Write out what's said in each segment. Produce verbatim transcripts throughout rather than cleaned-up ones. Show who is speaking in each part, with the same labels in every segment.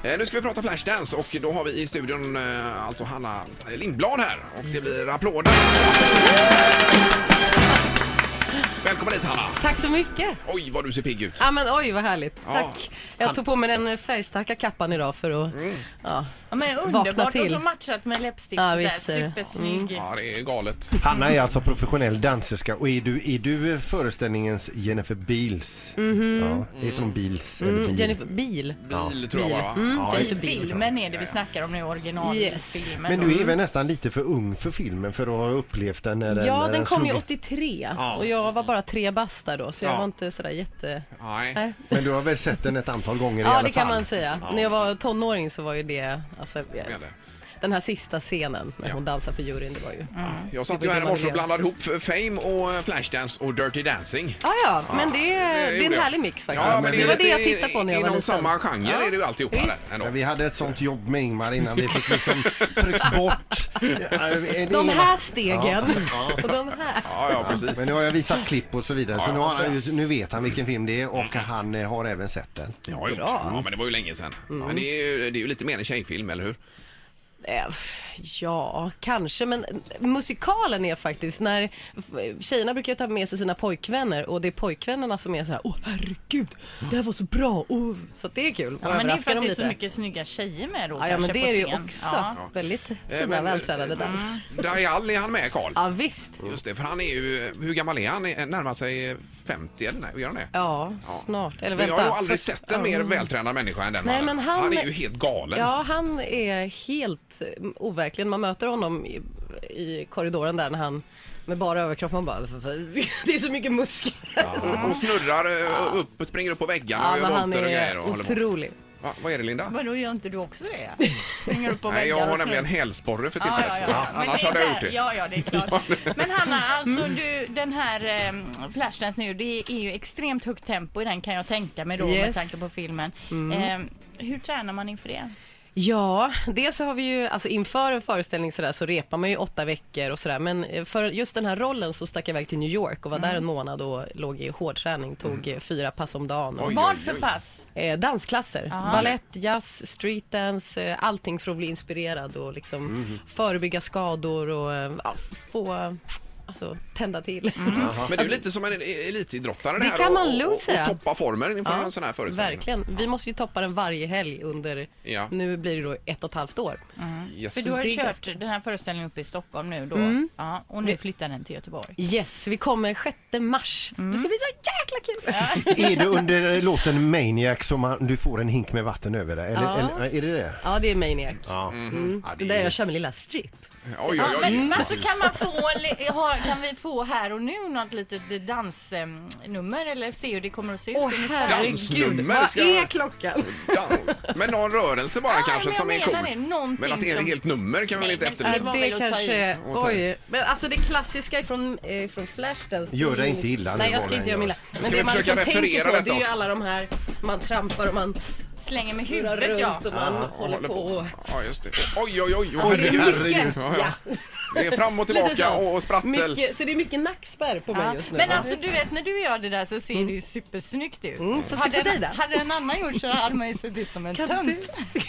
Speaker 1: Eh, nu ska vi prata Flashdance och då har vi i studion eh, alltså Hanna Lindblad här och det blir applåder. Välkommen hit, Hanna.
Speaker 2: Tack så mycket.
Speaker 1: Oj, vad du ser pigg ut.
Speaker 2: Ja, men oj, vad härligt.
Speaker 1: Ja.
Speaker 2: Tack. Jag tog på mig den färgstarka kappan idag för att
Speaker 1: Mm.
Speaker 2: ja,
Speaker 3: Ja, men
Speaker 2: vakna
Speaker 3: underbart
Speaker 2: till.
Speaker 3: och så matchat med läppstift
Speaker 2: Ja,
Speaker 3: där.
Speaker 2: visst är det.
Speaker 3: Supersnygg.
Speaker 2: Mm.
Speaker 1: Ja, det är galet.
Speaker 4: Hanna är alltså professionell danserska och är du, är du föreställningens Jennifer Beals?
Speaker 2: Mhm.
Speaker 4: Ja, heter hon Beals?
Speaker 2: Mm,
Speaker 4: eller Bil?
Speaker 2: Jennifer Bil.
Speaker 1: Bil tror jag bara, va?
Speaker 2: Mm,
Speaker 4: Ja,
Speaker 2: Jennifer
Speaker 3: I
Speaker 2: Bil.
Speaker 3: filmen är det vi snackar om nu, originalfilmen.
Speaker 4: Men du är väl nästan lite för ung för filmen för att ha upplevt den när den
Speaker 2: Ja,
Speaker 4: när
Speaker 2: den kom ju
Speaker 4: slog-
Speaker 2: åttiotre
Speaker 4: Ja.
Speaker 2: och jag var bara tre bast där då, så jag
Speaker 4: Ja.
Speaker 2: var inte sådär jätte...
Speaker 1: Nej.
Speaker 2: Nej.
Speaker 4: Men du har väl sett den ett antal gånger i
Speaker 2: Ja,
Speaker 4: alla
Speaker 2: det kan
Speaker 4: fall?
Speaker 2: man säga. När jag var tonåring så var ju det... Alltså,
Speaker 1: Som gällde.
Speaker 2: den här sista scenen när
Speaker 1: Ja.
Speaker 2: hon dansar för juryn, det var ju...
Speaker 1: Jag satt
Speaker 2: Det
Speaker 1: ju
Speaker 2: var
Speaker 1: här i
Speaker 2: det
Speaker 1: morse och
Speaker 2: man
Speaker 1: blandade ihop Fame och Flashdance och Dirty Dancing.
Speaker 2: Ah, ja, men det,
Speaker 1: det
Speaker 2: det är
Speaker 1: gjorde
Speaker 2: en
Speaker 1: jag.
Speaker 2: härlig mix faktiskt.
Speaker 1: Ja, men
Speaker 2: det,
Speaker 1: det är
Speaker 2: var det jag
Speaker 1: lite
Speaker 2: tittade på när jag var
Speaker 1: inom
Speaker 2: liten.
Speaker 1: samma genre
Speaker 2: Ja.
Speaker 1: är det ju alltihopa där
Speaker 2: Visst.
Speaker 1: ändå.
Speaker 4: Ja, vi hade ett sånt jobb med Ingmar innan vi fick liksom tryckt bort
Speaker 2: De här stegen och de här.
Speaker 1: Ja, ja, precis.
Speaker 4: Men nu har jag visat klipp och så vidare så
Speaker 1: Ja,
Speaker 4: nu, har
Speaker 1: ja.
Speaker 4: han, ju- nu vet han vilken film det är och han eh, har även sett den.
Speaker 1: Jag har gjort.
Speaker 2: Bra.
Speaker 1: Ja, men det var ju länge sedan.
Speaker 2: Mm.
Speaker 1: Men det är, ju, det är ju lite mer en tjejfilm, eller hur?
Speaker 2: Eh, Ja, kanske, men musikalen är faktiskt när tjejerna brukar ta med sig sina pojkvänner och det är pojkvännerna som är så här: åh herregud, det här var så bra, oh. Så att det är kul.
Speaker 3: Ja,
Speaker 2: Och
Speaker 3: men det är
Speaker 2: överraska
Speaker 3: för att
Speaker 2: dem
Speaker 3: det är
Speaker 2: lite.
Speaker 3: så mycket snygga tjejer med då.
Speaker 2: Ja, ja, men
Speaker 3: kanske
Speaker 2: det
Speaker 3: på
Speaker 2: är det ju
Speaker 3: scen.
Speaker 2: också.
Speaker 3: Ja.
Speaker 2: Väldigt
Speaker 1: Eh,
Speaker 2: fina,
Speaker 1: men,
Speaker 2: vältränade dans.
Speaker 1: Dajal, är han med, Carl?
Speaker 2: Ja, visst.
Speaker 1: Just det, för han är ju, hur gammal är han? Är- Närmar sig femtio eller nej, gör han det?
Speaker 2: Ja,
Speaker 1: Ja.
Speaker 2: snart. Eller
Speaker 1: Men
Speaker 2: vänta.
Speaker 1: jag har ju aldrig
Speaker 2: Först-
Speaker 1: sett en mer
Speaker 2: Ja.
Speaker 1: vältränad människa än den
Speaker 2: Nej,
Speaker 1: mannen.
Speaker 2: men han-
Speaker 1: han är ju helt galen.
Speaker 2: Ja, han är helt eh, overklig. Man möter honom i, i korridoren där när han med bara överkropp, man bara, det är så mycket muskler.
Speaker 1: Ja. Och snurrar eh, upp och springer upp på väggarna
Speaker 2: Ja,
Speaker 1: och gör
Speaker 2: men han
Speaker 1: volter och grejer.
Speaker 2: är
Speaker 1: Och håller på.
Speaker 2: otrolig.
Speaker 1: Va, vad är det, Linda?
Speaker 3: Vadå, gör inte du också det? Springer upp på
Speaker 1: Nej, jag
Speaker 3: väggar
Speaker 1: har
Speaker 3: och
Speaker 1: nämligen
Speaker 3: slår.
Speaker 1: hälsporre för
Speaker 3: Ja,
Speaker 1: tillfället.
Speaker 3: ja, ja.
Speaker 1: så
Speaker 3: Men
Speaker 1: Annars
Speaker 3: det är
Speaker 1: hade jag
Speaker 3: där-
Speaker 1: gjort det.
Speaker 3: Ja, ja, det är klart. Men Hanna, alltså du, den här um, Flashdance nu, det är ju extremt högt tempo i den, kan jag tänka mig då, med
Speaker 2: Yes.
Speaker 3: tanke på filmen.
Speaker 2: Mm.
Speaker 3: Ehm, hur tränar man inför det?
Speaker 2: Ja, dels så har vi ju, alltså inför en föreställning sådär så repar man ju åtta veckor och sådär, men för just den här rollen så stack jag iväg till New York och var där en månad och låg i hårdträning, tog eh, fyra pass om dagen. Och,
Speaker 1: Oj,
Speaker 3: Vad
Speaker 1: oj,
Speaker 3: för
Speaker 1: oj.
Speaker 3: pass?
Speaker 2: eh, dansklasser,
Speaker 3: Aha.
Speaker 2: ballett, jazz, streetdance, eh, allting för att bli inspirerad och liksom förebygga skador och eh, ja, få, alltså tända till.
Speaker 1: Men det är ju lite som en elitidrottare det
Speaker 2: Det
Speaker 1: här
Speaker 2: kan
Speaker 1: och,
Speaker 2: man lugnt
Speaker 1: och, och
Speaker 2: säga.
Speaker 1: toppa formen inför
Speaker 2: Ja,
Speaker 1: en sån här föreställning.
Speaker 2: verkligen. Vi måste ju toppa den varje helg under,
Speaker 1: Ja.
Speaker 2: nu blir det då ett och ett halvt år.
Speaker 1: Yes.
Speaker 3: För du har ju
Speaker 2: Det är
Speaker 3: kört den här föreställningen uppe i Stockholm nu då.
Speaker 2: Mm.
Speaker 3: Ja, och nu flyttar den till Göteborg.
Speaker 2: Yes, vi kommer sjätte mars. Det ska bli så jäkla kul!
Speaker 4: Är det under låten Maniac som man, du får en hink med vatten över dig? Eller,
Speaker 2: Ja.
Speaker 4: eller är det det?
Speaker 2: Ja, det är Maniac.
Speaker 4: Ja.
Speaker 2: Mm.
Speaker 1: Ja, det
Speaker 2: Det
Speaker 1: är-
Speaker 2: där jag kör med lilla strip.
Speaker 1: Oj, oj,
Speaker 3: Ja,
Speaker 1: oj.
Speaker 3: men alltså kan man få, li- ha, kan vi få här och nu något litet dansnummer eller se hur det kommer att se ut?
Speaker 2: Åh
Speaker 3: ungefär?
Speaker 1: Dansnummer,
Speaker 2: vad
Speaker 1: ska-
Speaker 2: är klockan?
Speaker 1: Dan- Men någon rörelse bara
Speaker 3: Ja,
Speaker 1: kanske
Speaker 3: men
Speaker 1: som är
Speaker 3: jag
Speaker 1: cool.
Speaker 3: menar det, någonting
Speaker 1: Men att det är ett
Speaker 3: som-
Speaker 1: helt nummer kan vi väl inte
Speaker 3: Nej, men-
Speaker 1: efterlysa.
Speaker 3: var
Speaker 2: det
Speaker 3: väl att ta
Speaker 2: kanske,
Speaker 1: i. Och ta i.
Speaker 2: oj. Men alltså det klassiska från, eh, från Flashdance.
Speaker 4: Gör
Speaker 2: det är
Speaker 4: det
Speaker 2: ju-
Speaker 4: inte illa nu,
Speaker 2: Nej, jag
Speaker 4: vad
Speaker 2: ska
Speaker 4: det
Speaker 2: inte
Speaker 4: än
Speaker 2: göra mig
Speaker 4: gör.
Speaker 2: illa. Men
Speaker 1: Ska
Speaker 2: det
Speaker 1: vi
Speaker 2: man
Speaker 1: försöka
Speaker 2: liksom tänker
Speaker 1: referera
Speaker 2: på,
Speaker 1: detta
Speaker 2: det är ju
Speaker 1: också?
Speaker 2: alla de här, man trampar och man
Speaker 3: Slänger med
Speaker 2: snurrar
Speaker 3: huvudet, ja.
Speaker 2: runt och man håller
Speaker 1: Håller
Speaker 2: på. och-
Speaker 1: Ja, just det. Oj, oj, oj.
Speaker 4: Oj,
Speaker 1: herregud.
Speaker 4: herregud.
Speaker 1: Ja, ja.
Speaker 2: Ja.
Speaker 1: Det är fram och
Speaker 2: Lite
Speaker 1: tillbaka
Speaker 2: sånt.
Speaker 1: och sprattel.
Speaker 2: Mycket, så det är mycket nackspärr på mig
Speaker 3: Ja.
Speaker 2: just nu.
Speaker 3: Men
Speaker 2: va?
Speaker 3: alltså du vet, när du gör det där så ser det ju supersnyggt ut.
Speaker 2: Mm, får se
Speaker 3: hade,
Speaker 2: på dig
Speaker 3: en,
Speaker 2: då.
Speaker 3: hade en annan gjort så hade man ju sett ut som en
Speaker 2: Kan
Speaker 3: tönt.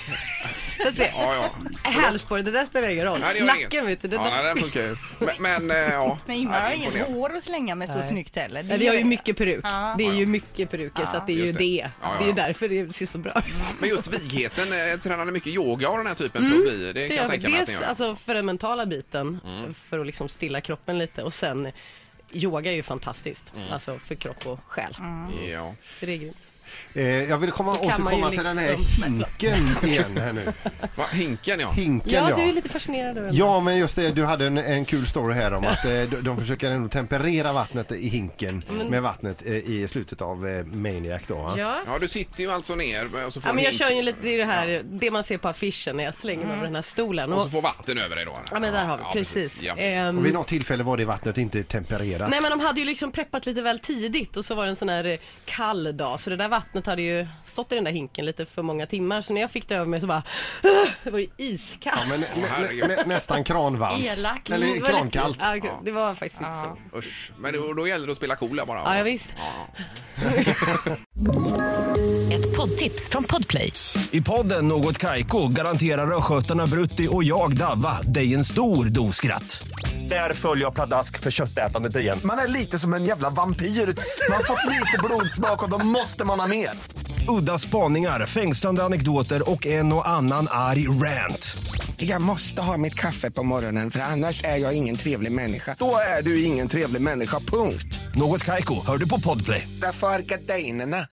Speaker 2: Jag ser.
Speaker 1: Ja, ja.
Speaker 2: Hälspår, det där spelar ingen roll.
Speaker 1: Nej, det gör
Speaker 2: Nacken
Speaker 1: inget.
Speaker 2: vet du. Det
Speaker 1: Ja,
Speaker 2: där.
Speaker 1: nej, den funkar ju. Men, men eh, ja.
Speaker 3: Men
Speaker 1: Ja,
Speaker 3: Ingmar
Speaker 1: det är
Speaker 3: har inget
Speaker 1: imponerande.
Speaker 3: hår att slänga med så
Speaker 2: Nej.
Speaker 3: snyggt heller. Det
Speaker 2: Nej, vi har ju
Speaker 3: gör-
Speaker 2: mycket peruk.
Speaker 3: Ja.
Speaker 2: Det är
Speaker 1: Ja,
Speaker 2: ju
Speaker 1: ja.
Speaker 2: mycket peruker så att det är ju
Speaker 1: just det.
Speaker 2: det.
Speaker 1: Ja, ja,
Speaker 2: Det är ju
Speaker 1: ja.
Speaker 2: därför det ser så bra ut.
Speaker 1: Men just vigheten, eh, tränar ni mycket yoga och den här typen för att bli? Det
Speaker 2: Det
Speaker 1: kan
Speaker 2: gör
Speaker 1: jag
Speaker 2: vi.
Speaker 1: tänka mig att ni
Speaker 2: Dels
Speaker 1: gör.
Speaker 2: alltså, för den mentala biten, för att liksom stilla kroppen lite. Och sen, yoga är ju fantastiskt. Alltså för kropp och själ.
Speaker 1: Ja.
Speaker 2: Så det är grymt.
Speaker 4: Eh, jag vill komma,
Speaker 2: kan man
Speaker 4: återkomma
Speaker 2: ju
Speaker 4: till den här
Speaker 2: liksom-
Speaker 4: hinken igen här nu.
Speaker 1: Va, hinken, ja.
Speaker 4: Hinken,
Speaker 2: Ja,
Speaker 4: ja.
Speaker 2: du är lite fascinerad över
Speaker 4: Ja, men just det, du hade en, en kul story här om att eh, de, de försöker ändå temperera vattnet i hinken med vattnet eh, i slutet av eh, Maniac då. va?
Speaker 2: Ja.
Speaker 1: Ja, du sitter ju alltså ner och så får
Speaker 2: Ja,
Speaker 1: en
Speaker 2: men jag
Speaker 1: hink
Speaker 2: kör ju lite det, här, det man ser på affischen när jag slänger mig över den här stolen.
Speaker 1: och
Speaker 2: Och,
Speaker 1: så får vatten över dig då.
Speaker 2: ja, men där har vi, precis.
Speaker 1: Ja.
Speaker 2: Ehm,
Speaker 4: Och vid något tillfälle var det vattnet inte tempererat.
Speaker 2: Nej, men de hade ju liksom preppat lite väl tidigt och så var det en sån här eh, kall dag, så det där vattnet hade ju stått i den där hinken lite för många timmar, så när jag fick det över mig så bara "Åh!" det var ju iskallt.
Speaker 4: Ja, men nä, nä,
Speaker 1: herregud.
Speaker 4: nä, nästan kranvarmt.
Speaker 3: Elakt.
Speaker 4: Eller
Speaker 2: Det var lite-
Speaker 4: krankallt.
Speaker 2: Ja, okej, det var faktiskt inte så.
Speaker 1: Usch. Men då, då gäller det att spela coola bara.
Speaker 2: Ja, ja visst.
Speaker 1: Ja.
Speaker 5: Ett poddtips från Podplay.
Speaker 6: I podden Något Kaiko garanterar östgötarna Brutti och jag Davva dig en stor dos skratt. Där följer jag pladask för köttätandet igen.
Speaker 7: Man är lite som en jävla vampyr. Man har fått lite blodsmak och då måste man ha mer.
Speaker 6: Udda spaningar, fängslande anekdoter och en och annan arg rant.
Speaker 7: Jag måste ha mitt kaffe på morgonen för annars är jag ingen trevlig människa. Då är du ingen trevlig människa, punkt.
Speaker 6: Något Kaiko, hör du på Podplay.
Speaker 7: Därför är gardinerna.